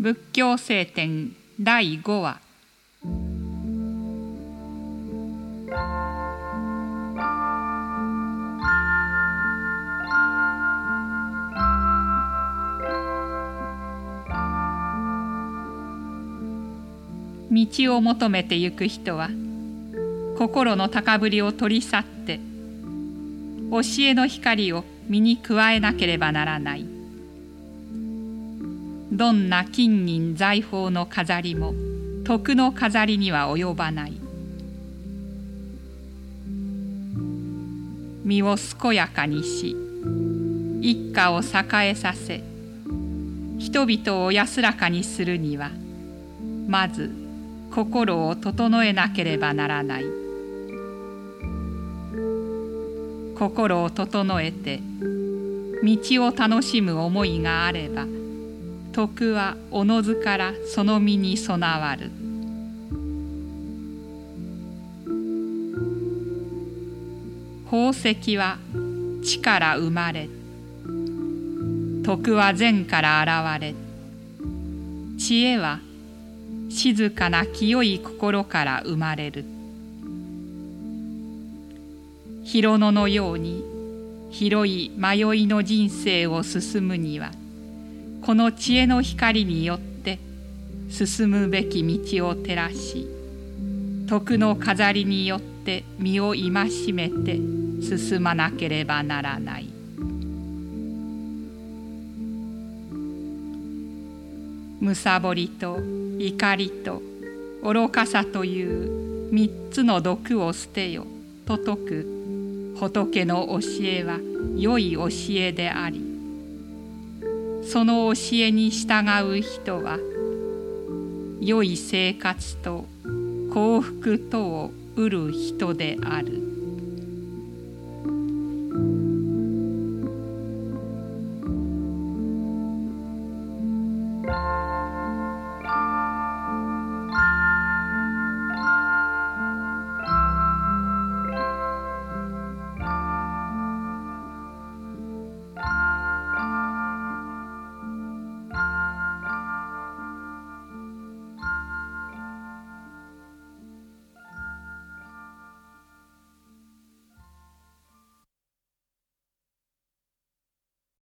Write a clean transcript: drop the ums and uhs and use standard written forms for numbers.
仏教聖典第5話。道を求めてゆく人は心の高ぶりを取り去って教えの光を身に加えなければならない。どんな金銀財宝の飾りも徳の飾りには及ばない。身を健やかにし一家を栄えさせ人々を安らかにするにはまず心を整えなければならない。心を整えて道を楽しむ思いがあれば徳はおのずからその身に備わる。宝石は地から生まれ、徳は善から現れ、知恵は静かな清い心から生まれる。広野のように広い迷いの人生を進むにはこの知恵の光によって進むべき道を照らし徳の飾りによって身を戒めて進まなければならない。むさぼりと怒りと愚かさという三つの毒を捨てよと説く仏の教えは良い教えであり、その教えに従う人は良い生活と幸福とを得る人である。